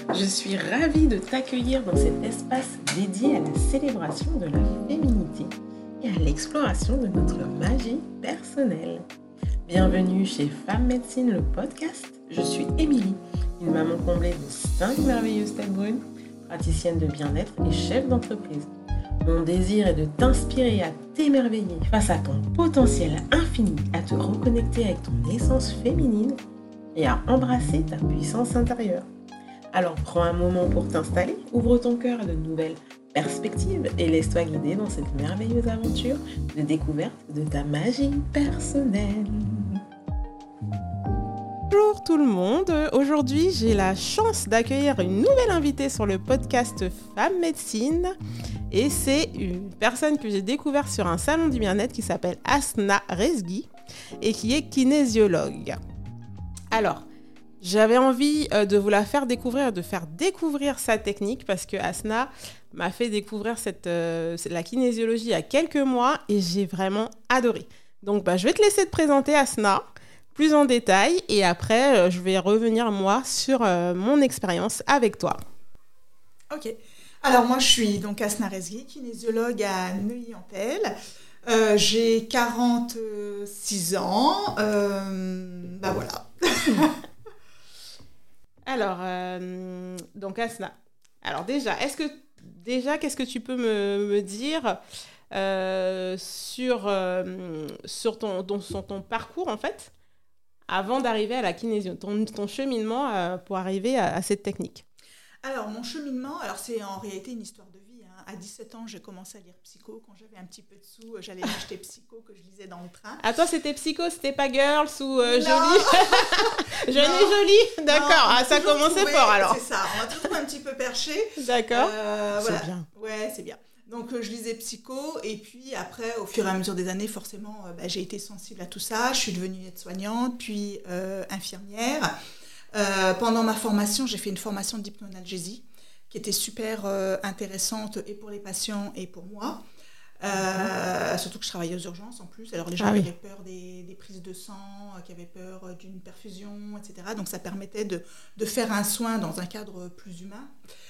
Je suis ravie de t'accueillir dans cet espace dédié à la célébration de la féminité et à l'exploration de notre magie personnelle. Bienvenue chez Femme Médecine, le podcast. Je suis Émilie, une maman comblée de 5 merveilleuses têtes brunes, praticienne de bien-être et chef d'entreprise. Mon désir est de t'inspirer à t'émerveiller face à ton potentiel infini, à te reconnecter avec ton essence féminine et à embrasser ta puissance intérieure. Alors prends un moment pour t'installer, ouvre ton cœur à de nouvelles perspectives et laisse-toi guider dans cette merveilleuse aventure de découverte de ta magie personnelle. Bonjour tout le monde, aujourd'hui j'ai la chance d'accueillir une nouvelle invitée sur le podcast Femme Médecine et c'est une personne que j'ai découverte sur un salon du bien-être qui s'appelle Asna Rezghi et qui est kinésiologue. Alors, j'avais envie de vous la faire découvrir, de faire découvrir sa technique parce que Asna m'a fait découvrir la kinésiologie il y a quelques mois et j'ai vraiment adoré. Donc, je vais te laisser te présenter Asna plus en détail et après, je vais revenir moi sur mon expérience avec toi. Ok. Alors, moi, je suis donc Asna Rezghi, kinésiologue à Neuilly-en-Pelle. J'ai 46 ans. Voilà. Alors, donc Asna, alors qu'est-ce que tu peux me dire sur ton parcours en fait, avant d'arriver à la kinésio, ton cheminement pour arriver à cette technique? Alors, mon cheminement, c'est en réalité une histoire de vie. À 17 ans, j'ai commencé à lire Psycho. Quand j'avais un petit peu de sous, j'allais m'acheter Psycho que je lisais dans le train. Ah, toi, c'était Psycho, c'était pas Girls ou Jolie? Jeune et jolie, d'accord. Ça commençait fort alors. C'est ça, on a toujours un petit peu perché. D'accord, voilà. C'est bien. Ouais, c'est bien. Donc, je lisais Psycho et puis après, au fur et à mesure des années, forcément, j'ai été sensible à tout ça. Je suis devenue aide-soignante, puis infirmière. Pendant ma formation, j'ai fait une formation d'hypnoanalgésie qui était super intéressante et pour les patients et pour moi. Surtout que je travaillais aux urgences en plus. Alors les gens avaient peur des prises de sang, qui avaient peur d'une perfusion, etc. Donc ça permettait de faire un soin dans un cadre plus humain.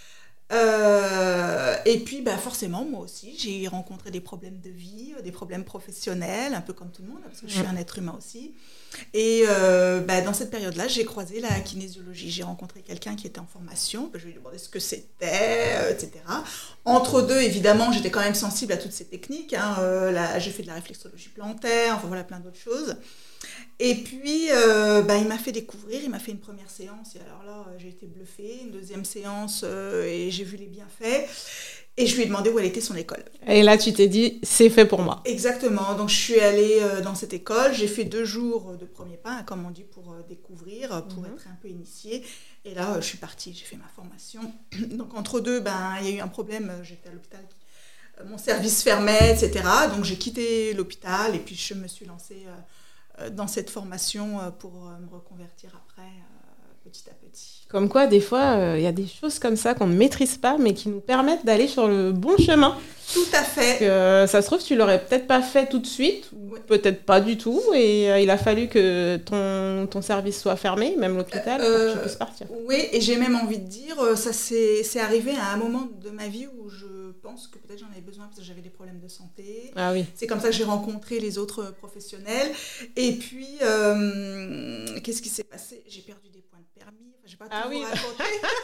Et puis forcément moi aussi j'ai rencontré des problèmes de vie, des problèmes professionnels, un peu comme tout le monde parce que je suis un être humain aussi. Et dans cette période-là j'ai croisé la kinésiologie. J'ai rencontré quelqu'un qui était en formation, je lui ai demandé ce que c'était, etc. Entre deux, évidemment, j'étais quand même sensible à toutes ces techniques, j'ai fait de la réflexologie plantaire, enfin voilà, plein d'autres choses. Et puis, il m'a fait découvrir, il m'a fait une première séance, et alors là, j'ai été bluffée, une deuxième séance, et j'ai vu les bienfaits, et je lui ai demandé où elle était son école. Et là, tu t'es dit, c'est fait pour moi. Exactement, donc je suis allée dans cette école, j'ai fait 2 jours de premier pas, comme on dit, pour découvrir, pour être un peu initiée, et là, je suis partie, j'ai fait ma formation. Donc entre deux, il y a eu un problème, j'étais à l'hôpital, mon service fermait, etc., donc j'ai quitté l'hôpital, et puis je me suis lancée dans cette formation pour me reconvertir après, petit à petit. Comme quoi, des fois, il y a des choses comme ça qu'on ne maîtrise pas, mais qui nous permettent d'aller sur le bon chemin. Tout à fait. Ça se trouve, tu l'aurais peut-être pas fait tout de suite, ou peut-être pas du tout, et il a fallu que ton service soit fermé, même l'hôpital, pour que tu puisses partir. Oui, et j'ai même envie de dire, c'est arrivé à un moment de ma vie où je pense que peut-être j'en avais besoin parce que j'avais des problèmes de santé. Ah oui. C'est comme ça que j'ai rencontré les autres professionnels. Et puis, qu'est-ce qui s'est passé ? J'ai perdu des points de permis. Enfin, j'ai pas tout vous raconter.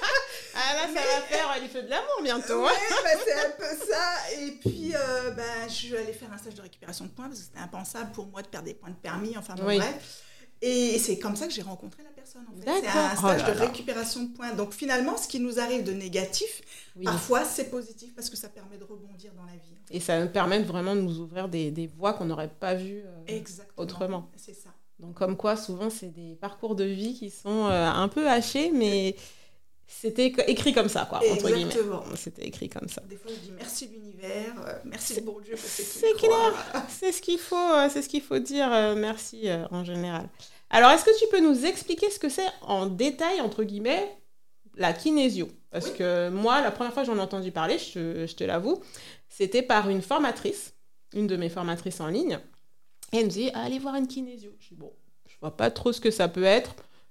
Ah là, ça va faire du feu de l'amour bientôt. Oui, c'est un peu ça. Et puis, je suis allée faire un stage de récupération de points parce que c'était impensable pour moi de perdre des points de permis. Enfin, bref. Et c'est comme ça que j'ai rencontré la personne. En fait. D'accord. C'est un stage de récupération de points. Donc finalement, ce qui nous arrive de négatif, parfois c'est positif parce que ça permet de rebondir dans la vie. Et ça nous permet vraiment de nous ouvrir des voies qu'on n'aurait pas vues autrement. C'est ça. Donc comme quoi, souvent, c'est des parcours de vie qui sont un peu hachés, mais c'était écrit comme ça, quoi, entre guillemets. C'était écrit comme ça. Des fois, je dis merci l'univers, merci le bon Dieu. C'est clair, c'est ce qu'il faut dire, merci en général. Alors, est-ce que tu peux nous expliquer ce que c'est en détail, entre guillemets, la kinésio ? Parce que moi, la première fois que j'en ai entendu parler, je te l'avoue, c'était par une formatrice, une de mes formatrices en ligne. Et elle me dit, allez voir une kinésio. Je dis, bon, je vois pas trop ce que ça peut être.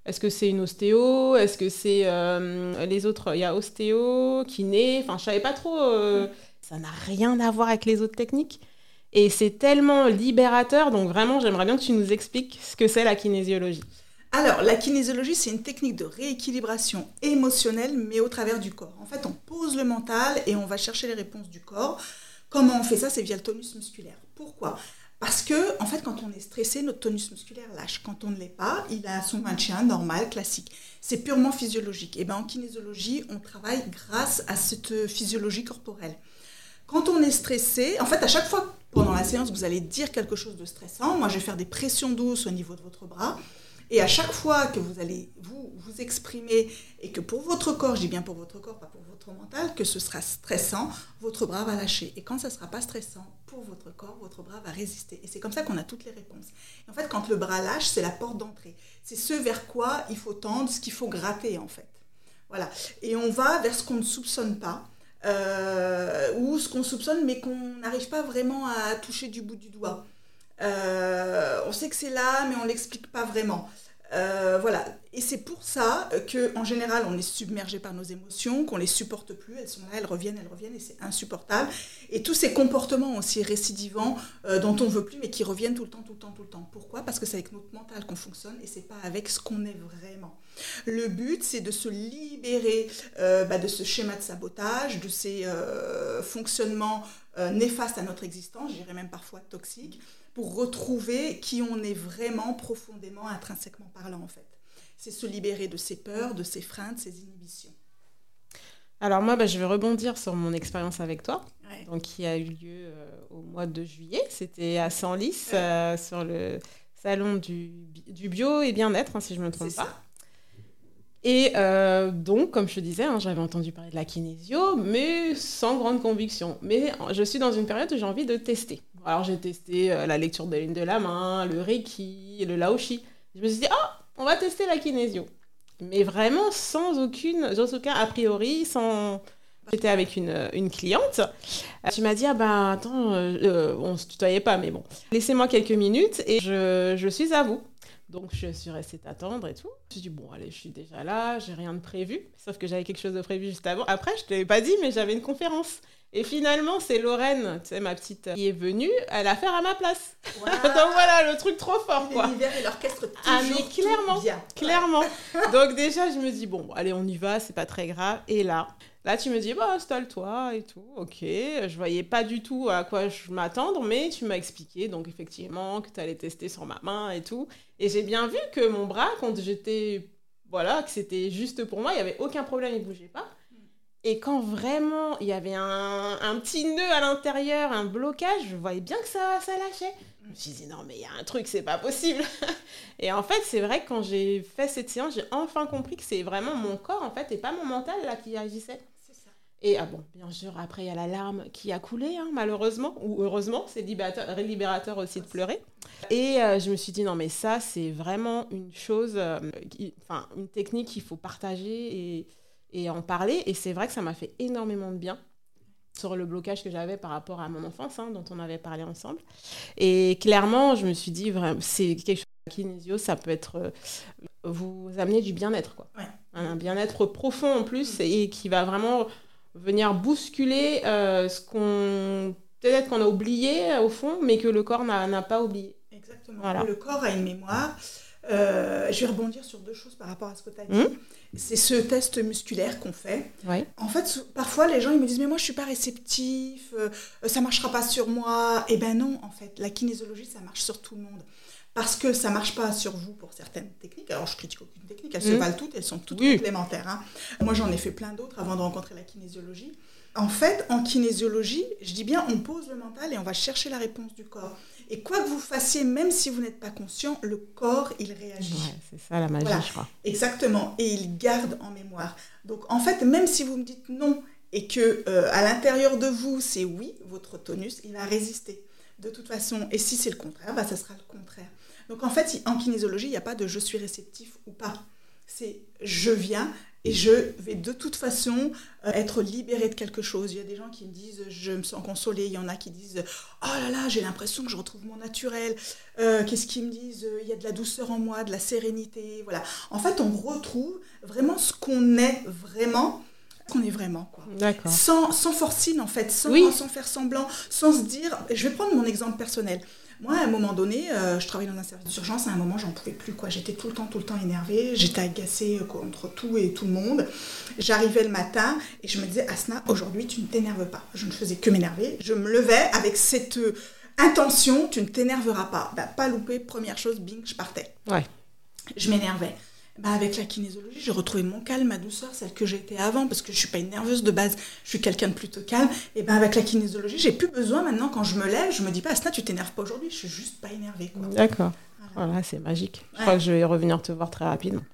Est-ce que c'est une ostéo? Est-ce que c'est les autres? Il y a ostéo, kiné, enfin je savais pas trop. Ça n'a rien à voir avec les autres techniques. Et c'est tellement libérateur, donc vraiment j'aimerais bien que tu nous expliques ce que c'est la kinésiologie. Alors, la kinésiologie, c'est une technique de rééquilibration émotionnelle, mais au travers du corps. En fait, on pose le mental et on va chercher les réponses du corps. Comment on fait ça? C'est via le tonus musculaire. Pourquoi? Parce que, en fait, quand on est stressé, notre tonus musculaire lâche. Quand on ne l'est pas, il a son maintien normal, classique. C'est purement physiologique. Et bien, en kinésiologie, on travaille grâce à cette physiologie corporelle. Quand on est stressé, en fait, à chaque fois pendant la séance, vous allez dire quelque chose de stressant. Moi, je vais faire des pressions douces au niveau de votre bras. Et à chaque fois que vous allez vous exprimer et que pour votre corps, je dis bien pour votre corps, pas pour votre mental, que ce sera stressant, votre bras va lâcher. Et quand ça ne sera pas stressant pour votre corps, votre bras va résister. Et c'est comme ça qu'on a toutes les réponses. Et en fait, quand le bras lâche, c'est la porte d'entrée. C'est ce vers quoi il faut tendre, ce qu'il faut gratter en fait. Voilà. Et on va vers ce qu'on ne soupçonne pas. Ou ce qu'on soupçonne mais qu'on n'arrive pas vraiment à toucher du bout du doigt. On sait que c'est là mais on ne l'explique pas vraiment. Voilà. Et c'est pour ça qu'en général on est submergé par nos émotions, qu'on ne les supporte plus, elles sont là, elles reviennent et c'est insupportable. Et tous ces comportements aussi récidivants dont on ne veut plus mais qui reviennent tout le temps. Pourquoi? Parce que c'est avec notre mental qu'on fonctionne et ce n'est pas avec ce qu'on est vraiment. Le but c'est de se libérer de ce schéma de sabotage, de ces fonctionnements néfastes à notre existence, je dirais même parfois toxiques, pour retrouver qui on est vraiment profondément, intrinsèquement parlant en fait. C'est se libérer de ses peurs, de ses freins, de ses inhibitions. Alors moi, je vais rebondir sur mon expérience avec toi, Ouais. donc, qui a eu lieu au mois de juillet. C'était à Senlis, sur le salon du bio et bien-être, si je ne me trompe C'est pas. ça. Et donc, comme je te disais, j'avais entendu parler de la kinésio, mais sans grande conviction. Mais je suis dans une période où j'ai envie de tester. Alors, j'ai testé la lecture de ligne de la main, le Reiki, le Laoshi. Je me suis dit, on va tester la kinésio. Mais vraiment sans aucun a priori, sans... J'étais avec une cliente. Tu m'as dit, attends, on se tutoyait pas, mais bon. Laissez-moi quelques minutes et je suis à vous. Donc, je suis restée t'attendre et tout. Je me suis dit, bon, allez, je suis déjà là, j'ai rien de prévu. Sauf que j'avais quelque chose de prévu juste avant. Après, je ne te l'avais pas dit, mais j'avais une conférence. Et finalement, c'est Lorraine, tu sais, ma petite, qui est venue, elle a fait à ma place. Wow. Donc voilà, le truc trop fort, quoi. L'univers et l'orchestre toujours Mais clairement, tout bien. clairement. Donc déjà, je me dis, bon, allez, on y va, c'est pas très grave. Et là, tu me dis, installe-toi et tout. Ok, je voyais pas du tout à quoi je m'attendre, mais tu m'as expliqué, donc effectivement, que tu allais tester sur ma main et tout. Et j'ai bien vu que mon bras, quand j'étais, voilà, que c'était juste pour moi, il y avait aucun problème, il bougeait pas. Et quand vraiment il y avait un petit nœud à l'intérieur, un blocage, je voyais bien que ça lâchait. Je me suis dit, non, mais il y a un truc, c'est pas possible. Et en fait, c'est vrai que quand j'ai fait cette séance, j'ai enfin compris que c'est vraiment mon corps, en fait, et pas mon mental, là, qui agissait. C'est ça. Et bien sûr, après, il y a la larme qui a coulé, malheureusement, ou heureusement, c'est libérateur aussi de pleurer. Et je me suis dit, non, mais ça, c'est vraiment une chose, une technique qu'il faut partager et en parler. Et c'est vrai que ça m'a fait énormément de bien sur le blocage que j'avais par rapport à mon enfance, dont on avait parlé ensemble. Et clairement, je me suis dit, vraiment, c'est quelque chose, la kinésio, ça peut être vous amener du bien-être, quoi. Ouais. Un bien-être profond en plus, et qui va vraiment venir bousculer peut-être qu'on a oublié au fond, mais que le corps n'a pas oublié. Exactement. Voilà. Le corps a une mémoire. Je vais rebondir sur deux choses par rapport à ce que tu as dit. C'est ce test musculaire qu'on fait. Oui. En fait, parfois, les gens ils me disent « Mais moi, je ne suis pas réceptif, ça ne marchera pas sur moi. » Eh bien non, en fait, la kinésiologie, ça marche sur tout le monde. Parce que ça ne marche pas sur vous pour certaines techniques. Alors, je ne critique aucune technique, elles se valent toutes, elles sont toutes complémentaires. Moi, j'en ai fait plein d'autres avant de rencontrer la kinésiologie. En fait, en kinésiologie, je dis bien, on pose le mental et on va chercher la réponse du corps. Et quoi que vous fassiez, même si vous n'êtes pas conscient, le corps, il réagit. Ouais, c'est ça la magie, je crois. Exactement, et il garde en mémoire. Donc, en fait, même si vous me dites non et que à l'intérieur de vous, c'est oui, votre tonus, il va résister. De toute façon, et si c'est le contraire, ça sera le contraire. Donc, en fait, en kinésiologie, il n'y a pas de « je suis réceptif » ou pas. C'est « je viens » Et je vais de toute façon être libérée de quelque chose. Il y a des gens qui me disent je me sens consolée. Il y en a qui disent oh là là, j'ai l'impression que je retrouve mon naturel. Qu'est-ce qu'ils me disent il y a de la douceur en moi, de la sérénité. Voilà. En fait, on retrouve vraiment ce qu'on est vraiment. Qu'on est vraiment, quoi. D'accord. Sans forcing, en fait, sans faire semblant, sans se dire... Je vais prendre mon exemple personnel. Moi, à un moment donné, je travaillais dans un service d'urgence, à un moment, j'en pouvais plus, quoi. J'étais tout le temps énervée, j'étais agacée contre tout et tout le monde. J'arrivais le matin et je me disais, Asna, aujourd'hui, tu ne t'énerves pas. Je ne faisais que m'énerver. Je me levais avec cette intention, tu ne t'énerveras pas. Pas louper, première chose, bing, je partais. Ouais. Je m'énervais. Avec la kinésiologie, j'ai retrouvé mon calme, ma douceur, celle que j'étais avant, parce que je ne suis pas une nerveuse de base, je suis quelqu'un de plutôt calme. Et avec la kinésiologie, j'ai plus besoin maintenant, quand je me lève, je me dis pas, Asna, tu t'énerves pas aujourd'hui, je suis juste pas énervée, quoi. D'accord. Voilà, c'est magique. Je crois que je vais revenir te voir très rapidement.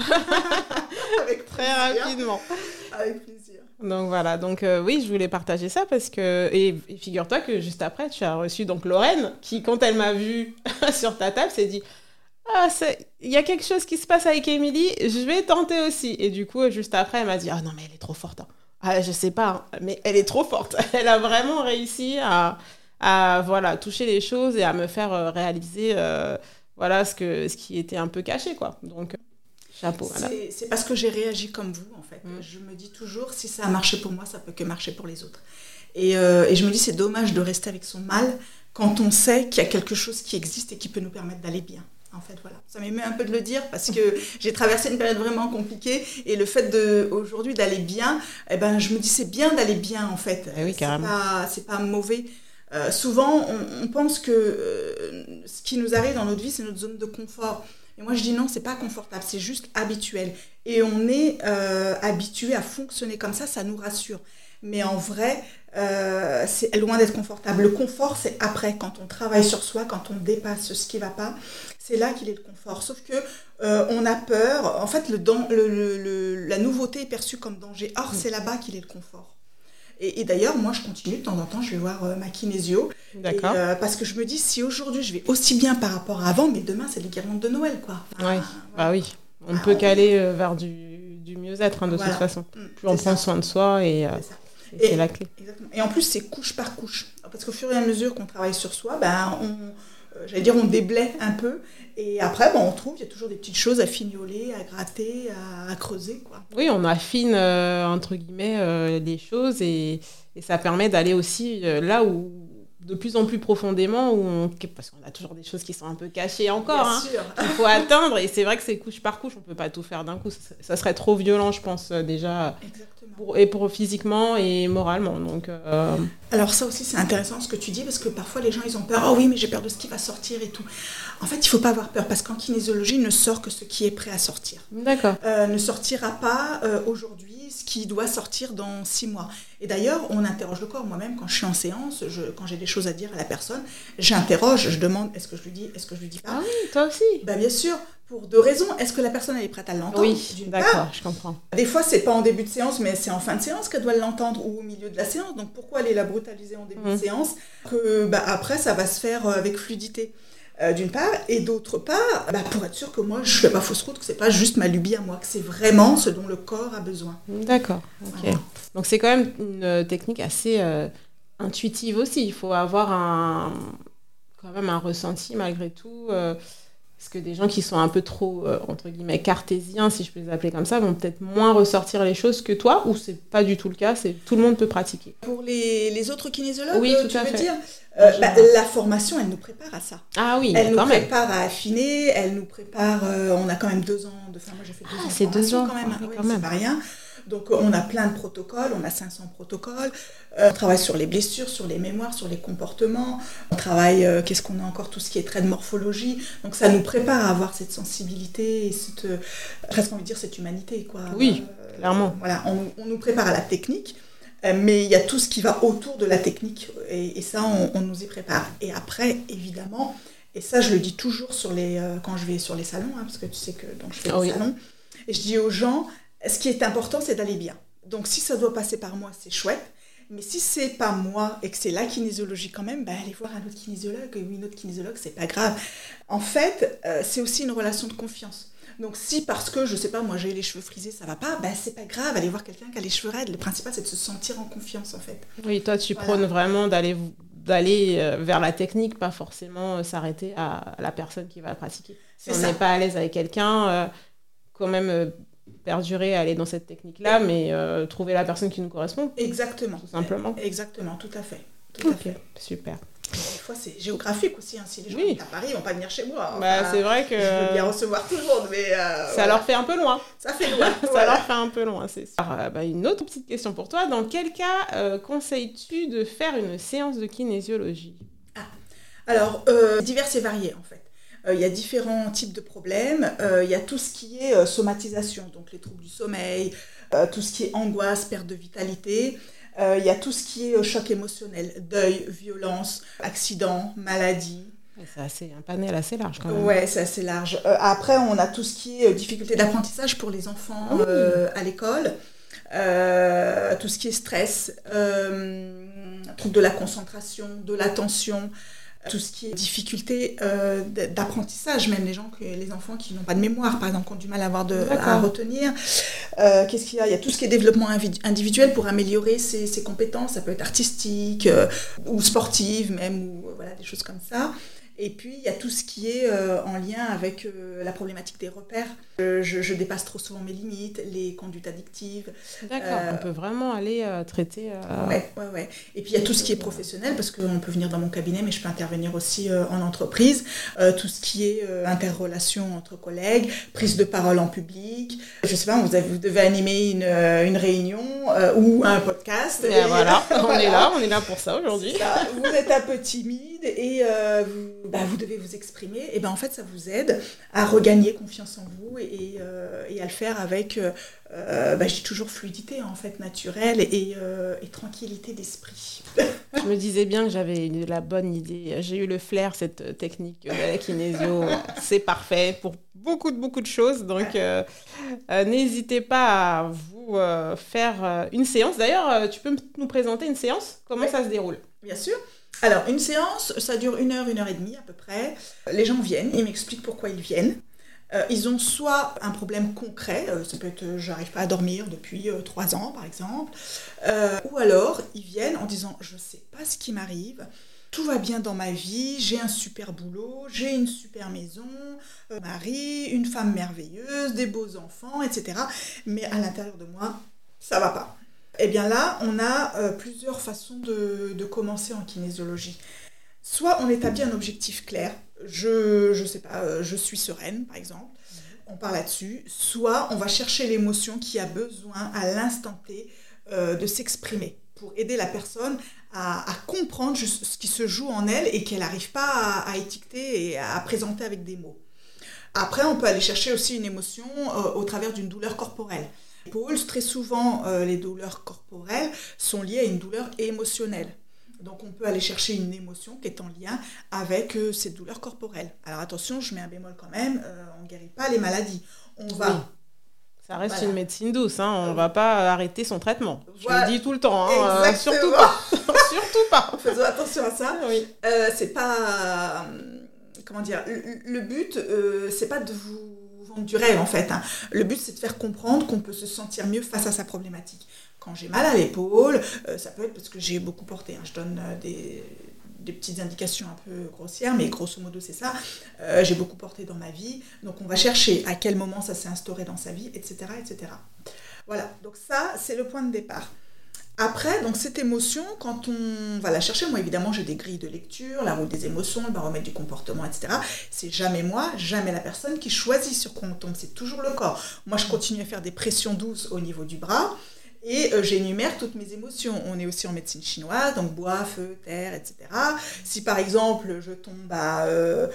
Avec très rapidement. Avec plaisir. Donc voilà, oui, je voulais partager ça parce que... Et figure-toi que juste après, tu as reçu donc Lorraine, qui, quand elle m'a vue sur ta table, s'est dit... Ah, il y a quelque chose qui se passe avec Émilie, je vais tenter aussi. Et du coup, juste après, elle m'a dit « Ah non, mais elle est trop forte. Hein. Ah, je sais pas, hein, mais elle est trop forte. » Elle a vraiment réussi à voilà, toucher les choses et à me faire réaliser voilà, ce qui était un peu caché, quoi. Donc, chapeau. Voilà. C'est parce que j'ai réagi comme vous, en fait. Je me dis toujours, si ça a marché pour moi, ça peut que marcher pour les autres. Et je me dis, c'est dommage de rester avec son mal quand on sait qu'il y a quelque chose qui existe et qui peut nous permettre d'aller bien. En fait, voilà. Ça m'émeut un peu de le dire parce que j'ai traversé une période vraiment compliquée et le fait aujourd'hui d'aller bien, je me dis c'est bien d'aller bien en fait. Oui, carrément. C'est pas mauvais. Souvent, on pense que ce qui nous arrive dans notre vie, c'est notre zone de confort. Et moi, je dis non, c'est pas confortable, c'est juste habituel. Et on est habitué à fonctionner comme ça nous rassure. Mais en vrai, c'est loin d'être confortable. Le confort, c'est après, quand on travaille sur soi, quand on dépasse ce qui ne va pas, c'est là qu'il est le confort. Sauf que on a peur. En fait, la nouveauté est perçue comme danger. Or, c'est là-bas qu'il est le confort. Et d'ailleurs, moi, je continue de temps en temps, je vais voir ma kinésio. D'accord. Parce que je me dis, si aujourd'hui, je vais aussi bien par rapport à avant, mais demain, c'est les guirlandes de Noël, quoi. Voilà. Oui. On ne peut qu'aller vers du mieux-être, de toute façon. Plus on prend soin de soi et c'est la clé. Exactement. Et en plus, c'est couche par couche. Parce qu'au fur et à mesure qu'on travaille sur soi, on déblaie un peu. Et après, on trouve, il y a toujours des petites choses à fignoler, à gratter, à creuser, quoi. Oui, on affine, entre guillemets, les choses et ça permet d'aller aussi là où, de plus en plus profondément, parce qu'on a toujours des choses qui sont un peu cachées encore, Bien sûr. qu'il faut atteindre. Et c'est vrai que c'est couche par couche, on ne peut pas tout faire d'un coup. Ça serait trop violent, je pense, déjà. Exactement. Pour physiquement et moralement. Donc, Alors ça aussi, c'est intéressant ce que tu dis, parce que parfois les gens, ils ont peur. « Oh oui, mais j'ai peur de ce qui va sortir et tout. » En fait, il ne faut pas avoir peur, parce qu'en kinésiologie, ne sort que ce qui est prêt à sortir. D'accord. Ne sortira pas aujourd'hui ce qui doit sortir dans 6 mois. Et d'ailleurs, on interroge le corps. Moi-même, quand je suis en séance, quand j'ai des choses à dire à la personne, j'interroge, je demande, est-ce que je lui dis, est-ce que je lui dis pas. Ah oui, toi aussi. Bien sûr, pour 2 raisons. Est-ce que la personne, elle est prête à l'entendre? Oui, d'accord, je comprends. Des fois, c'est pas en début de séance, mais c'est en fin de séance qu'elle doit l'entendre ou au milieu de la séance. Donc, pourquoi aller la brutaliser en début de séance que après, ça va se faire avec fluidité. D'une part, et d'autre part, pour être sûr que moi, je ne fais pas fausse route, que ce n'est pas juste ma lubie à moi, que c'est vraiment ce dont le corps a besoin. D'accord, ok. Voilà. Donc c'est quand même une technique assez intuitive aussi. Il faut avoir quand même un ressenti malgré tout. Parce que des gens qui sont un peu trop, entre guillemets, cartésiens, si je peux les appeler comme ça, vont peut-être moins ressortir les choses que toi, ou c'est pas du tout le cas, tout le monde peut pratiquer. Pour les autres kinésiologues, oui, tu veux dire la formation, elle nous prépare à ça. Ah oui, elle nous prépare à affiner, elle nous prépare, on a quand même 2 ans de formation. Moi, j'ai fait 2 ans de c'est formation 2 ans quand même, quand oui, même. C'est pas rien. Donc, on a plein de protocoles, on a 500 protocoles. On travaille sur les blessures, sur les mémoires, sur les comportements. On travaille, qu'est-ce qu'on a encore, tout ce qui est trait de morphologie. Donc, ça nous prépare à avoir cette sensibilité et cette, presque envie de dire, cette humanité, quoi. Oui, clairement. Voilà, on nous prépare à la technique, mais il y a tout ce qui va autour de la technique. Et ça, on nous y prépare. Et après, évidemment, et ça, je le dis toujours quand je vais sur les salons, parce que tu sais que donc, je fais des salons, et je dis aux gens, ce qui est important, c'est d'aller bien. Donc, si ça doit passer par moi, c'est chouette. Mais si c'est pas moi et que c'est la kinésiologie quand même, allez voir un autre kinésiologue ou une autre kinésiologue, c'est pas grave. En fait, c'est aussi une relation de confiance. Donc si parce que, je sais pas, moi j'ai les cheveux frisés, ça va pas, c'est pas grave, allez voir quelqu'un qui a les cheveux raides. Le principal, c'est de se sentir en confiance en fait. Oui, toi tu prônes vraiment d'aller vers la technique, pas forcément s'arrêter à la personne qui va la pratiquer. Si on n'est pas à l'aise avec quelqu'un, quand même perdurer, aller dans cette technique-là, mais trouver la personne qui nous correspond. Exactement. Tout simplement. Exactement, tout à fait. Super. Des fois, c'est géographique aussi. Si les gens viennent à Paris, ils vont pas venir chez moi. C'est vrai que... Je veux bien recevoir tout le monde, mais... ça leur fait un peu loin. Ça fait loin. Ça leur fait un peu loin, c'est ça. Une autre petite question pour toi. Dans quel cas conseilles-tu de faire une séance de kinésiologie ? Alors, divers et variés, en fait. Il y a différents types de problèmes. Il y a tout ce qui est somatisation, donc les troubles du sommeil, tout ce qui est angoisse, perte de vitalité. Il y a tout ce qui est choc émotionnel, deuil, violence, accident, maladie. C'est un panel assez large quand même. Ouais, c'est assez large. Après, on a tout ce qui est difficulté d'apprentissage pour les enfants à l'école. Tout ce qui est stress, troubles de la concentration, de l'attention, tout ce qui est difficulté d'apprentissage, même les enfants qui n'ont pas de mémoire, par exemple, qui ont du mal à retenir. Qu'est-ce qu'il y a ? Il y a tout ce qui est développement individuel pour améliorer ses compétences, ça peut être artistique ou sportive même, ou des choses comme ça. Et puis, il y a tout ce qui est en lien avec la problématique des repères. Je dépasse trop souvent mes limites, les conduites addictives. D'accord, on peut vraiment aller traiter... Ouais. Et puis, il y a tout ce qui est professionnel, parce qu'on peut venir dans mon cabinet, mais je peux intervenir aussi en entreprise. Tout ce qui est interrelation entre collègues, prise de parole en public. Je ne sais pas, vous devez animer une réunion ou un podcast. Et voilà, on est là pour ça aujourd'hui. Vous êtes un peu timide et vous devez vous exprimer. Et en fait, ça vous aide à regagner confiance en vous et à le faire avec, je dis toujours fluidité en fait, naturelle et tranquillité d'esprit. Je me disais bien que j'avais la bonne idée. J'ai eu le flair, cette technique de la kinésio. C'est parfait pour beaucoup de choses. Donc, n'hésitez pas à vous faire une séance. D'ailleurs, tu peux nous présenter une séance ? Comment ça se déroule ? Bien sûr. Alors, une séance, ça dure 1 heure et demie à peu près. Les gens viennent, ils m'expliquent pourquoi ils viennent. Ils ont soit un problème concret, ça peut être j'arrive pas à dormir depuis 3 ans par exemple, ou alors ils viennent en disant je sais pas ce qui m'arrive, tout va bien dans ma vie, j'ai un super boulot, j'ai une super maison, un mari, une femme merveilleuse, des beaux enfants, etc. Mais à l'intérieur de moi, ça va pas. Eh bien là, on a plusieurs façons de commencer en kinésiologie. Soit on établit un objectif clair, je sais pas, je suis sereine par exemple, on part là-dessus. Soit on va chercher l'émotion qui a besoin à l'instant T de s'exprimer pour aider la personne à comprendre ce qui se joue en elle et qu'elle n'arrive pas à étiqueter et à présenter avec des mots. Après, on peut aller chercher aussi une émotion au travers d'une douleur corporelle. Très souvent, les douleurs corporelles sont liées à une douleur émotionnelle. Donc, on peut aller chercher une émotion qui est en lien avec cette douleur corporelle. Alors, attention, je mets un bémol quand même, on ne guérit pas les maladies. On va... Oui. Ça reste une médecine douce, on ne va pas arrêter son traitement. Je le dis tout le temps, surtout pas. Surtout pas. Faisons attention à ça. Oui. C'est pas... comment dire, le but, c'est pas de vous vendre du rêve en fait. Le but, c'est de faire comprendre qu'on peut se sentir mieux face à sa problématique. Quand j'ai mal à l'épaule, ça peut être parce que j'ai beaucoup porté. Je donne des petites indications un peu grossières, mais grosso modo, c'est ça. J'ai beaucoup porté dans ma vie. Donc, on va chercher à quel moment ça s'est instauré dans sa vie, etc., etc. Voilà, donc ça, c'est le point de départ. Après, donc cette émotion, quand on va la chercher, moi évidemment j'ai des grilles de lecture, la roue des émotions, le baromètre du comportement, etc. C'est jamais moi, jamais la personne qui choisit sur quoi on tombe, c'est toujours le corps. Moi je continue à faire des pressions douces au niveau du bras et j'énumère toutes mes émotions. On est aussi en médecine chinoise, donc bois, feu, terre, etc. Si par exemple je tombe à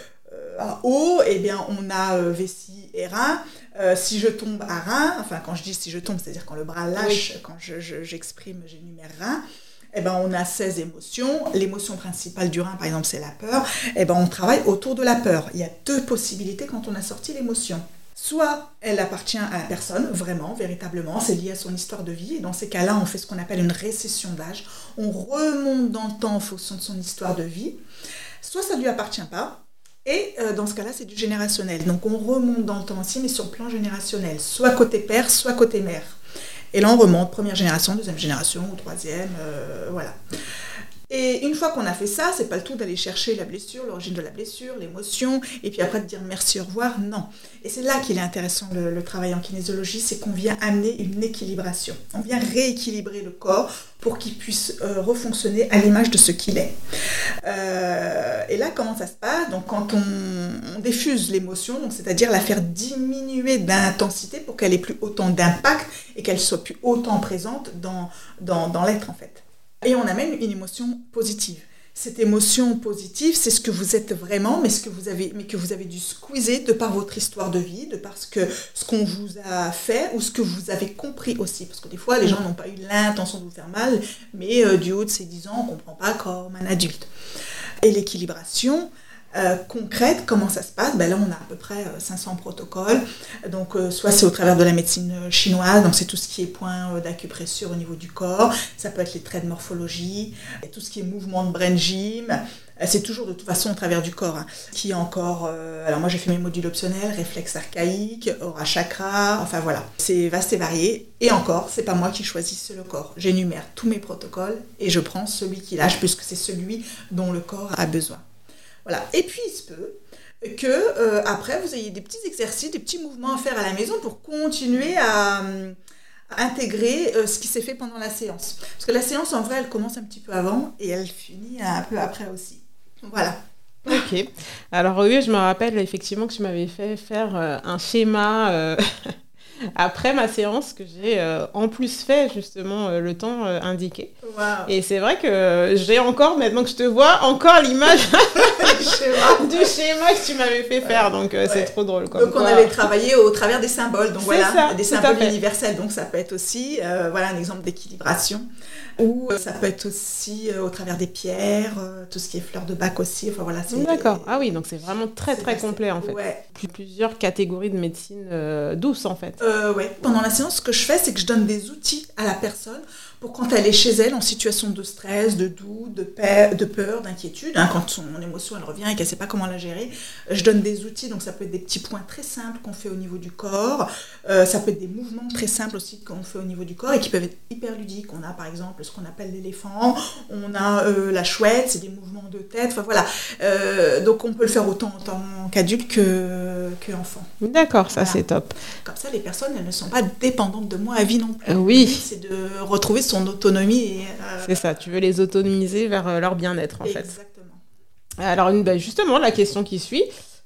eau, eh bien on a vessie et rein. Si je tombe à rein, enfin quand je dis si je tombe, c'est-à-dire quand le bras lâche, oui. Quand j'exprime, j'énumère rein, eh ben on a 16 émotions. L'émotion principale du rein, par exemple, c'est la peur. Eh ben on travaille autour de la peur. Il y a 2 possibilités quand on a sorti l'émotion. Soit elle appartient à la personne, vraiment, véritablement, c'est lié à son histoire de vie. Et dans ces cas-là, on fait ce qu'on appelle une récession d'âge. On remonte dans le temps en fonction de son histoire de vie. Soit ça ne lui appartient pas. Et dans ce cas-là, c'est du générationnel. Donc on remonte dans le temps aussi, mais sur le plan générationnel, soit côté père, soit côté mère. Et là, on remonte première génération, deuxième génération ou troisième, voilà. Et une fois qu'on a fait ça, c'est pas le tout d'aller chercher la blessure, l'origine de la blessure, l'émotion, et puis après de dire merci, au revoir, non. Et c'est là qu'il est intéressant le travail en kinésiologie, c'est qu'on vient amener une équilibration. On vient rééquilibrer le corps pour qu'il puisse refonctionner à l'image de ce qu'il est. Et là, comment ça se passe? Donc quand on diffuse l'émotion, donc c'est-à-dire la faire diminuer d'intensité pour qu'elle ait plus autant d'impact et qu'elle soit plus autant présente dans l'être en fait. Et on amène une émotion positive. Cette émotion positive, c'est ce que vous êtes vraiment, mais que vous avez dû squeezer de par votre histoire de vie, de par ce qu'on vous a fait ou ce que vous avez compris aussi. Parce que des fois, les gens n'ont pas eu l'intention de vous faire mal, mais du haut de ces 10 ans, on ne comprend pas comme un adulte. Et l'équilibration concrète, comment ça se passe? Là, on a à peu près 500 protocoles. Donc, soit c'est au travers de la médecine chinoise, donc c'est tout ce qui est point d'acupressure au niveau du corps. Ça peut être les traits de morphologie, tout ce qui est mouvement de brain gym. C'est toujours de toute façon au travers du corps. Qui est encore... alors moi, j'ai fait mes modules optionnels, réflexes archaïques, aura chakra, enfin voilà. C'est vaste et varié. Et encore, c'est pas moi qui choisis le corps. J'énumère tous mes protocoles et je prends celui qui lâche puisque c'est celui dont le corps a besoin. Voilà. Et puis, il se peut que après, vous ayez des petits exercices, des petits mouvements à faire à la maison pour continuer à intégrer ce qui s'est fait pendant la séance. Parce que la séance, en vrai, elle commence un petit peu avant et elle finit un peu après aussi. Voilà. Ok. Alors oui, je me rappelle effectivement que tu m'avais fait faire un schéma après ma séance que j'ai en plus fait justement le temps indiqué. Wow. Et c'est vrai que j'ai encore, maintenant que je te vois, encore l'image du schéma que tu m'avais fait faire. Donc c'est trop drôle. Donc on avait travaillé au travers des symboles. Donc voilà, ça, des symboles universels. Donc ça peut être aussi un exemple d'équilibration. Ou ça peut être aussi au travers des pierres, tout ce qui est fleurs de bac aussi. Enfin, voilà, d'accord. Ah oui, donc c'est vraiment très complet en fait. Ouais. Plusieurs catégories de médecine douce en fait. Ouais. Pendant la séance, ce que je fais, c'est que je donne des outils à la personne pour quand elle est chez elle en situation de stress, de doute, de peur, d'inquiétude, quand son émotion elle revient et qu'elle ne sait pas comment la gérer, je donne des outils. Donc ça peut être des petits points très simples qu'on fait au niveau du corps, ça peut être des mouvements très simples aussi qu'on fait au niveau du corps et qui peuvent être hyper ludiques. On a par exemple ce qu'on appelle l'éléphant, on a la chouette, c'est des mouvements de tête, enfin voilà. Donc on peut le faire autant en tant qu'adulte qu'enfant. D'accord, ça c'est top. Comme ça, les personnes elles ne sont pas dépendantes de moi à vie non plus. Oui. C'est de retrouver son autonomie. C'est ça, tu veux les autonomiser vers leur bien-être en fait. Exactement. Alors justement, la question qui suit,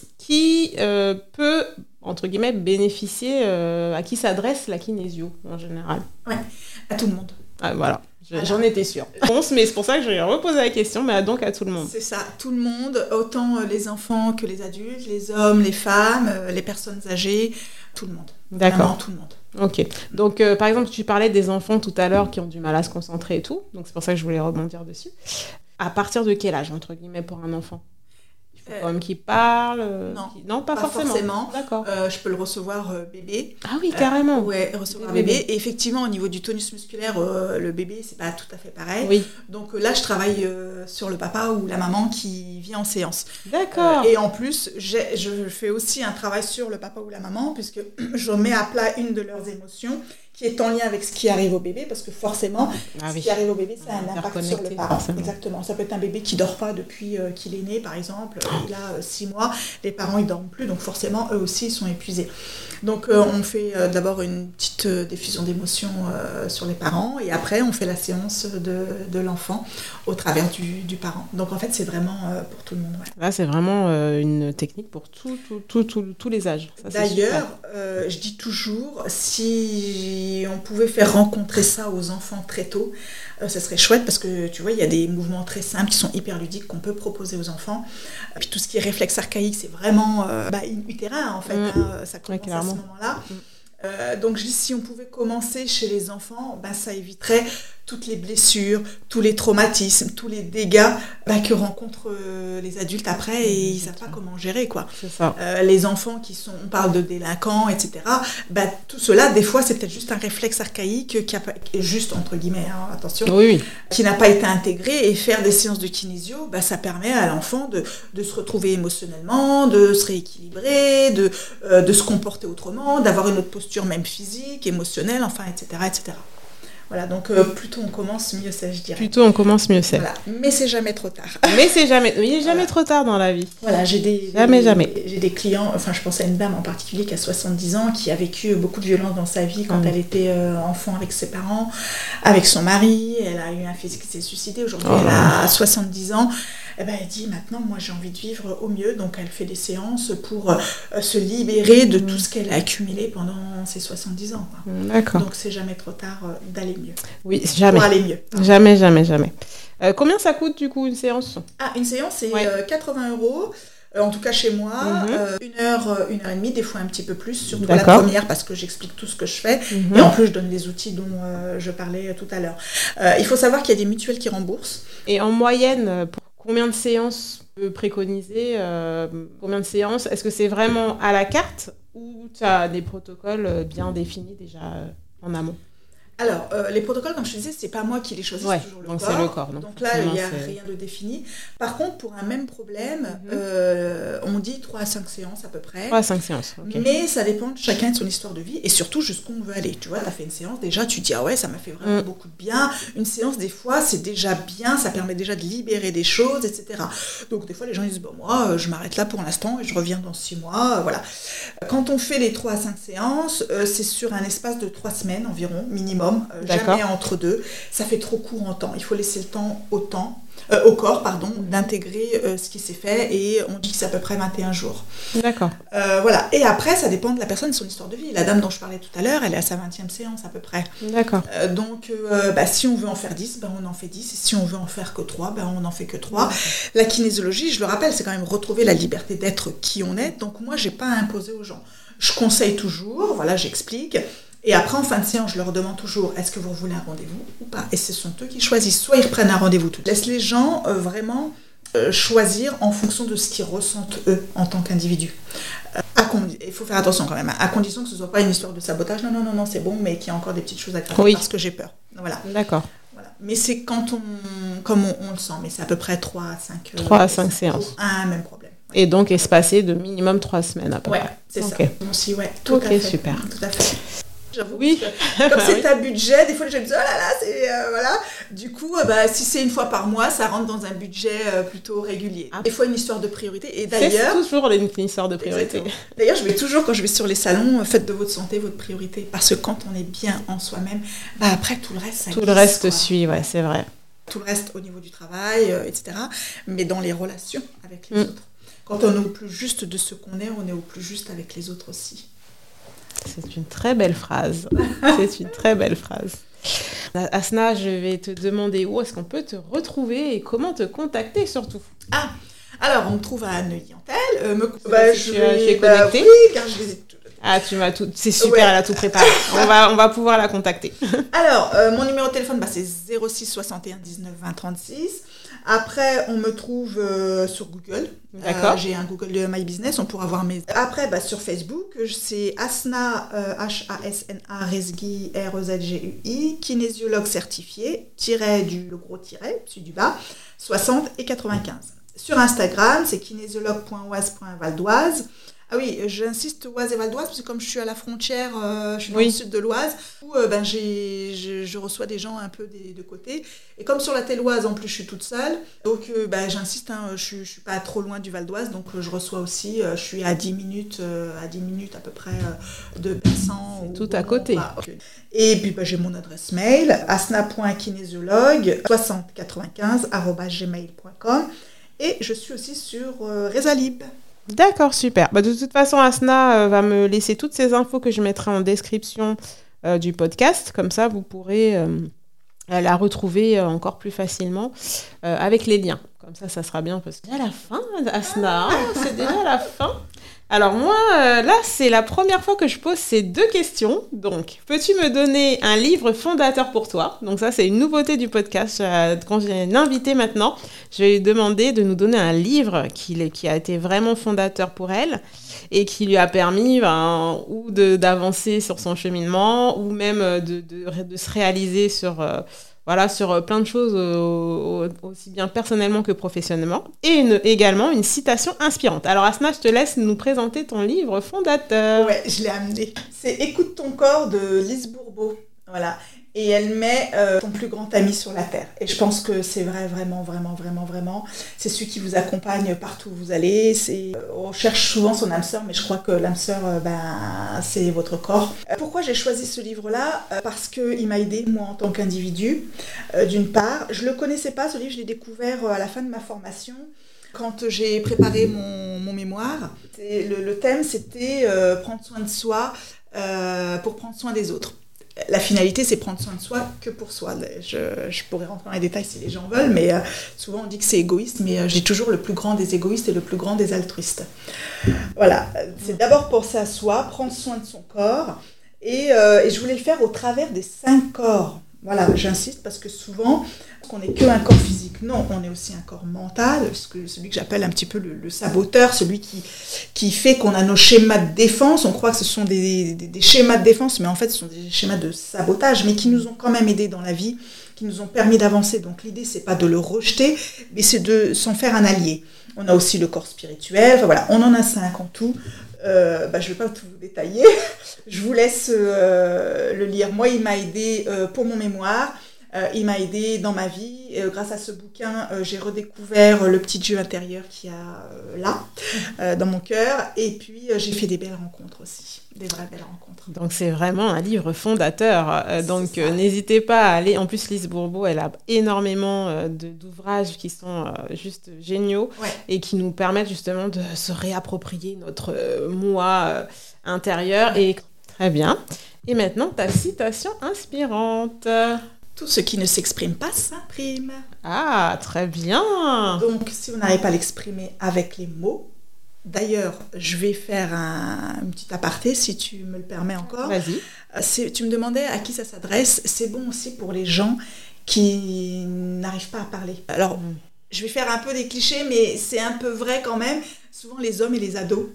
qui peut, entre guillemets, bénéficier, à qui s'adresse la kinésio en général? Ouais, à tout le monde. Ah, voilà. J'en étais sûre. Mais c'est pour ça que je vais reposer la question, mais donc à tout le monde. C'est ça, tout le monde, autant les enfants que les adultes, les hommes, les femmes, les personnes âgées, tout le monde. D'accord. Vraiment tout le monde. Ok. Donc, par exemple, tu parlais des enfants tout à l'heure qui ont du mal à se concentrer et tout. Donc, c'est pour ça que je voulais rebondir dessus. À partir de quel âge, entre guillemets, pour un enfant? Il faut quand même qu'il parle Non, pas forcément. D'accord. Je peux le recevoir bébé. Ah oui, carrément. Ouais, recevoir bébé. Et effectivement, au niveau du tonus musculaire, le bébé, c'est pas tout à fait pareil. Oui. Donc là, je travaille sur le papa ou la maman qui vient en séance. D'accord. Et en plus, je fais aussi un travail sur le papa ou la maman, puisque je mets à plat une de leurs émotions qui est en lien avec ce qui arrive au bébé, parce que forcément, ce qui arrive au bébé, ça a un impact sur le parent. Forcément. Exactement. Ça peut être un bébé qui ne dort pas depuis qu'il est né, par exemple. Il a 6 mois, les parents ne dorment plus, donc forcément, eux aussi, ils sont épuisés. Donc, on fait d'abord une petite diffusion d'émotions sur les parents, et après, on fait la séance de l'enfant au travers du parent. Donc, en fait, c'est vraiment pour tout le monde. Ouais. Là, c'est vraiment une technique pour tous les âges. Ça, d'ailleurs, je dis toujours, si on pouvait faire rencontrer ça aux enfants très tôt, ça serait chouette parce que tu vois, il y a des mouvements très simples qui sont hyper ludiques qu'on peut proposer aux enfants. Puis tout ce qui est réflexe archaïque, c'est vraiment utérin en fait. Ça commence à ce moment-là. Donc je dis, si on pouvait commencer chez les enfants, ça éviterait toutes les blessures, tous les traumatismes, tous les dégâts que rencontrent les adultes après et ils ne savent pas comment gérer, quoi. C'est ça. Les enfants on parle de délinquants, etc. Tout cela, des fois, c'est peut-être juste un réflexe archaïque qui a pas, juste entre guillemets, attention, Oui. qui n'a pas été intégré, et faire des séances de kinésio, ça permet à l'enfant de se retrouver émotionnellement, de se rééquilibrer, de se comporter autrement, d'avoir une autre posture même physique, émotionnelle, enfin, etc., etc. Voilà, donc plus tôt on commence, mieux c'est, je dirais. Plus tôt on commence, mieux c'est. Voilà, mais c'est jamais trop tard. Il n'est jamais trop tard dans la vie. Voilà, j'ai des clients, enfin je pense à une dame en particulier qui a 70 ans, qui a vécu beaucoup de violence dans sa vie quand elle était enfant avec ses parents, avec son mari. Elle a eu un fils qui s'est suicidé, aujourd'hui elle a 70 ans. Elle dit maintenant moi j'ai envie de vivre au mieux, donc elle fait des séances pour se libérer de tout ce qu'elle a accumulé pendant ses 70 ans, quoi. D'accord. Donc c'est jamais trop tard d'aller mieux. Oui, jamais. Pour aller mieux. Jamais. Combien ça coûte du coup une séance ? Une séance c'est 80 €. En tout cas chez moi, 1 heure, 1 heure et demie, des fois un petit peu plus, surtout la première parce que j'explique tout ce que je fais et en plus je donne les outils dont je parlais tout à l'heure. Il faut savoir qu'il y a des mutuelles qui remboursent. Et en moyenne, combien de séances peut préconiser combien de séances ? Est-ce que c'est vraiment à la carte ou tu as des protocoles bien définis déjà en amont ? Alors, les protocoles, comme je te disais, c'est pas moi qui les choisis, c'est toujours le corps. C'est le corps. Donc là, il n'y a rien de défini. Par contre, pour un même problème, on dit 3 à 5 séances à peu près. 3 à 5 séances, ok. Mais ça dépend de chacun de son histoire de vie et surtout jusqu'où on veut aller. Tu vois, tu as fait une séance, déjà, tu te dis, ah ouais, ça m'a fait vraiment beaucoup de bien. Une séance, des fois, c'est déjà bien, ça permet déjà de libérer des choses, etc. Donc, des fois, les gens disent, moi, je m'arrête là pour l'instant et je reviens dans 6 mois. Voilà. Quand on fait les 3 à 5 séances, c'est sur un espace de 3 semaines environ, minimum. Jamais entre deux, ça fait trop court en temps. Il faut laisser le temps au corps, d'intégrer ce qui s'est fait et on dit que c'est à peu près 21 jours. D'accord. Voilà. Et après, ça dépend de la personne et de son histoire de vie. La dame dont je parlais tout à l'heure, elle est à sa 20e séance à peu près. D'accord. Donc, si on veut en faire 10, on en fait 10. Et si on veut en faire que 3, on n'en fait que 3. La kinésiologie, je le rappelle, c'est quand même retrouver la liberté d'être qui on est. Donc moi, j'ai pas à imposer aux gens. Je conseille toujours, voilà, j'explique. Et après, en fin de séance, je leur demande toujours, est-ce que vous voulez un rendez-vous ou pas ? Et ce sont eux qui choisissent. Soit ils reprennent un rendez-vous tout de suite. Laisse les gens vraiment choisir en fonction de ce qu'ils ressentent eux en tant qu'individus. Il faut faire attention quand même, à condition que ce ne soit pas une histoire de sabotage. Non, c'est bon, mais qu'il y a encore des petites choses à faire parce que j'ai peur. Voilà. D'accord. Voilà. Mais c'est comme on le sent, mais c'est à peu près 3 à 5 séances. Un même problème. Et donc espacé de minimum 3 semaines à peu près. C'est ça. Aussi, tout à fait. Super. Tout à fait. J'avoue, oui. Comme c'est un budget, des fois les gens me disent oh là là, c'est voilà. Du coup, si c'est une fois par mois, ça rentre dans un budget plutôt régulier. Des fois une histoire de priorité. Et d'ailleurs, c'est toujours une histoire de priorité. Exactement. D'ailleurs, je vais toujours, quand je vais sur les salons, faites de votre santé votre priorité, parce que quand on est bien en soi-même, après tout le reste, le reste suit, c'est vrai. Tout le reste au niveau du travail, etc. Mais dans les relations avec les autres. Quand on est au plus juste de ce qu'on est, on est au plus juste avec les autres aussi. C'est une très belle phrase. Asna, je vais te demander où est-ce qu'on peut te retrouver et comment te contacter surtout. Alors on me trouve à Neuilly-en-Thelle. Tu es connectée. Oui, car je les ai tout. Tu m'as tout. C'est super, elle a tout préparé. On va pouvoir la contacter. Alors, mon numéro de téléphone, c'est 06 61 19 20 36. Après, on me trouve sur Google. D'accord. J'ai un Google de My Business, on pourra voir mes... Après, sur Facebook, c'est Asna, H-A-S-N-A, Rezgui, R-E-Z-G-U-I, kinésiologue certifié, le gros tiret, dessus du bas, 60 et 95. Sur Instagram, c'est kinésiologue.oise.valdoise. Ah oui, j'insiste Oise et Val d'Oise parce que comme je suis à la frontière, je suis dans le sud de l'Oise, où je reçois des gens un peu des deux côtés. Et comme sur la Telloise, en plus, je suis toute seule, donc j'insiste, je suis pas trop loin du Val d'Oise, donc je reçois aussi, je suis à 10 minutes à peu près de Persan. Tout à côté. Et puis j'ai mon adresse mail, asna.kinésiologue6095@gmail.com, et je suis aussi sur Rezalib. D'accord, super. De toute façon, Asna va me laisser toutes ces infos que je mettrai en description du podcast. Comme ça, vous pourrez la retrouver encore plus facilement avec les liens. Comme ça sera bien parce que c'est déjà la fin, Asna. C'est déjà la fin. Alors moi, là, c'est la première fois que je pose ces 2 questions. Donc, peux-tu me donner un livre fondateur pour toi? Donc ça, c'est une nouveauté du podcast. Quand j'ai une invitée maintenant, je vais lui demander de nous donner un livre qui a été vraiment fondateur pour elle et qui lui a permis ou d'avancer sur son cheminement ou même de se réaliser sur plein de choses, aussi bien personnellement que professionnellement. Et également une citation inspirante. Alors Asna, je te laisse nous présenter ton livre fondateur. Ouais, je l'ai amené. C'est Écoute ton corps de Lise Bourbeau. Voilà. Et elle met ton plus grand ami sur la terre. Et je pense que c'est vrai, vraiment, vraiment, vraiment, vraiment. C'est celui qui vous accompagne partout où vous allez. On cherche souvent son âme sœur, mais je crois que l'âme sœur, c'est votre corps. Pourquoi j'ai choisi ce livre-là? Parce qu'il m'a aidé, moi, en tant qu'individu, d'une part. Je ne le connaissais pas, ce livre, je l'ai découvert à la fin de ma formation. Quand j'ai préparé mon mémoire, le thème, c'était prendre soin de soi pour prendre soin des autres. La finalité, c'est prendre soin de soi que pour soi. Je pourrais rentrer dans les détails si les gens veulent, mais souvent on dit que c'est égoïste, mais j'ai toujours le plus grand des égoïstes et le plus grand des altruistes. Voilà, c'est d'abord penser à soi, prendre soin de son corps, et je voulais le faire au travers des 5 corps. Voilà, j'insiste parce que souvent, on n'est qu'un corps physique. Non, on est aussi un corps mental, celui que j'appelle un petit peu le saboteur, celui qui fait qu'on a nos schémas de défense. On croit que ce sont des schémas de défense, mais en fait, ce sont des schémas de sabotage, mais qui nous ont quand même aidés dans la vie, qui nous ont permis d'avancer. Donc l'idée, c'est pas de le rejeter, mais c'est de s'en faire un allié. On a aussi le corps spirituel. Enfin voilà, on en a 5 en tout. Je ne vais pas tout vous détailler. Je vous laisse le lire. Moi, il m'a aidé pour mon mémoire. Il m'a aidé dans ma vie. Grâce à ce bouquin, j'ai redécouvert le petit Dieu intérieur qu'il y a dans mon cœur. Et puis, j'ai fait des belles rencontres aussi. Des vraies belles rencontres. Donc, c'est vraiment un livre fondateur. Donc, n'hésitez pas à aller. En plus, Lise Bourbeau, elle a énormément d'ouvrages qui sont juste géniaux et qui nous permettent justement de se réapproprier notre moi intérieur. Et très bien. Et maintenant, ta citation inspirante. Tout ce qui ne s'exprime pas s'imprime. Ah, très bien. Donc, si vous n'arrivez pas à l'exprimer avec les mots, d'ailleurs, je vais faire un petit aparté, si tu me le permets encore. Vas-y. Tu me demandais à qui ça s'adresse. C'est bon aussi pour les gens qui n'arrivent pas à parler. Alors, je vais faire un peu des clichés, mais c'est un peu vrai quand même. Souvent, les hommes et les ados...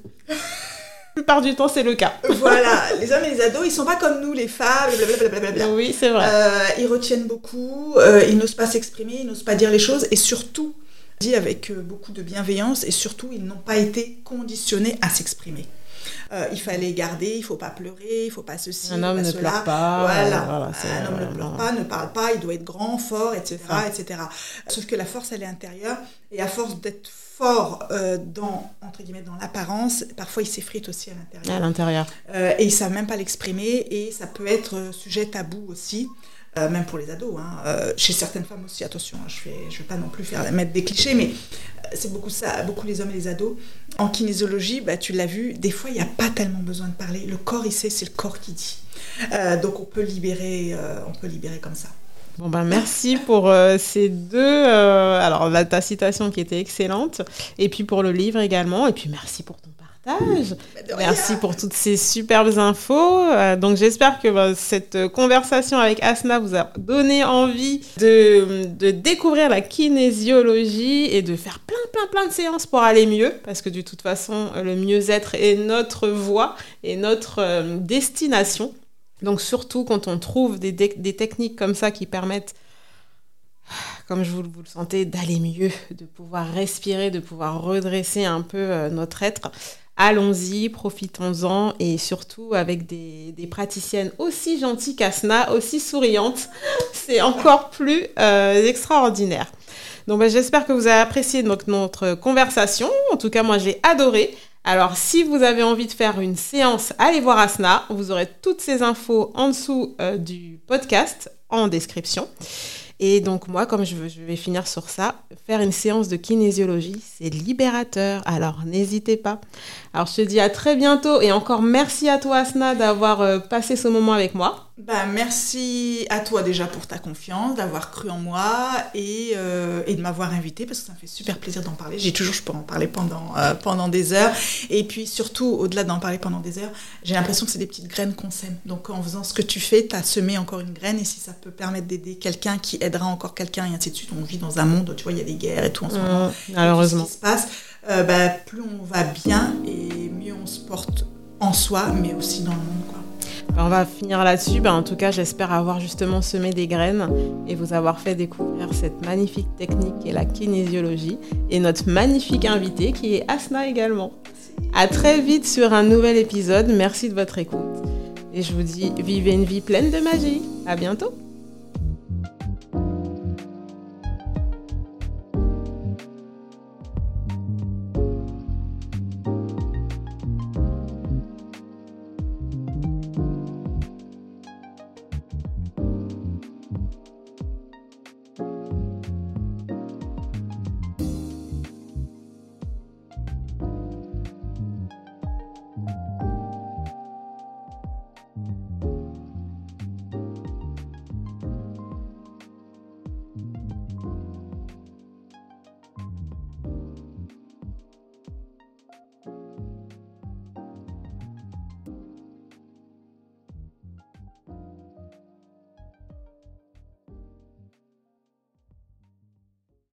La plupart du temps, c'est le cas. Voilà, les hommes et les ados, ils sont pas comme nous, les femmes, blablabla. Oui, c'est vrai. Ils retiennent beaucoup, ils n'osent pas s'exprimer, ils n'osent pas dire les choses, et surtout, dit avec beaucoup de bienveillance, et surtout, ils n'ont pas été conditionnés à s'exprimer. Il fallait garder, il faut pas pleurer, il faut pas ceci, un homme ne pleure pas. Voilà. Un homme ne pleure pas, ne parle pas, il doit être grand, fort, etc., etc. Sauf que la force, elle est intérieure, et à force d'être fort entre guillemets, dans l'apparence, parfois il s'effrite aussi à l'intérieur. Et ils savent même pas l'exprimer, et ça peut être sujet tabou aussi. Même pour les ados, chez certaines femmes aussi, attention, je vais pas non plus mettre des clichés, mais c'est beaucoup ça, beaucoup les hommes et les ados. En kinésiologie, tu l'as vu, des fois il n'y a pas tellement besoin de parler, le corps il sait, c'est le corps qui dit. Donc on peut libérer comme ça. Bon merci pour ces 2, alors ta citation qui était excellente, et puis pour le livre également, et puis merci pour ton partage. Merci pour toutes ces superbes infos. Donc j'espère que cette conversation avec Asna vous a donné envie de découvrir la kinésiologie et de faire plein de séances pour aller mieux, parce que de toute façon le mieux-être est notre voie et notre destination. Donc surtout quand on trouve des techniques comme ça qui permettent, comme vous le sentez, d'aller mieux, de pouvoir respirer, de pouvoir redresser un peu notre être, allons-y, profitons-en, et surtout avec des praticiennes aussi gentilles qu'Asna, aussi souriantes, c'est encore plus extraordinaire. Donc j'espère que vous avez apprécié notre conversation. En tout cas, moi j'ai adoré. Alors, si vous avez envie de faire une séance, allez voir Asna. Vous aurez toutes ces infos en dessous du podcast, en description. Et donc, moi, comme je vais finir sur ça, faire une séance de kinésiologie, c'est libérateur. Alors, n'hésitez pas. Alors, je te dis à très bientôt. Et encore merci à toi, Asna, d'avoir passé ce moment avec moi. Merci à toi déjà pour ta confiance, d'avoir cru en moi et de m'avoir invitée parce que ça me fait super plaisir d'en parler. Je pourrais en parler pendant des heures. Et puis surtout, au-delà d'en parler pendant des heures, j'ai l'impression que c'est des petites graines qu'on sème. Donc en faisant ce que tu fais, tu as semé encore une graine et si ça peut permettre d'aider quelqu'un qui aidera encore quelqu'un et ainsi de suite. On vit dans un monde, tu vois, il y a des guerres et tout en ce moment. Malheureusement. Ce qui se passe, plus on va bien et mieux on se porte en soi, mais aussi dans le monde, quoi. On va finir là-dessus. En tout cas, j'espère avoir justement semé des graines et vous avoir fait découvrir cette magnifique technique qui est la kinésiologie et notre magnifique invitée qui est Asna également. À très vite sur un nouvel épisode. Merci de votre écoute. Et je vous dis, vivez une vie pleine de magie. À bientôt.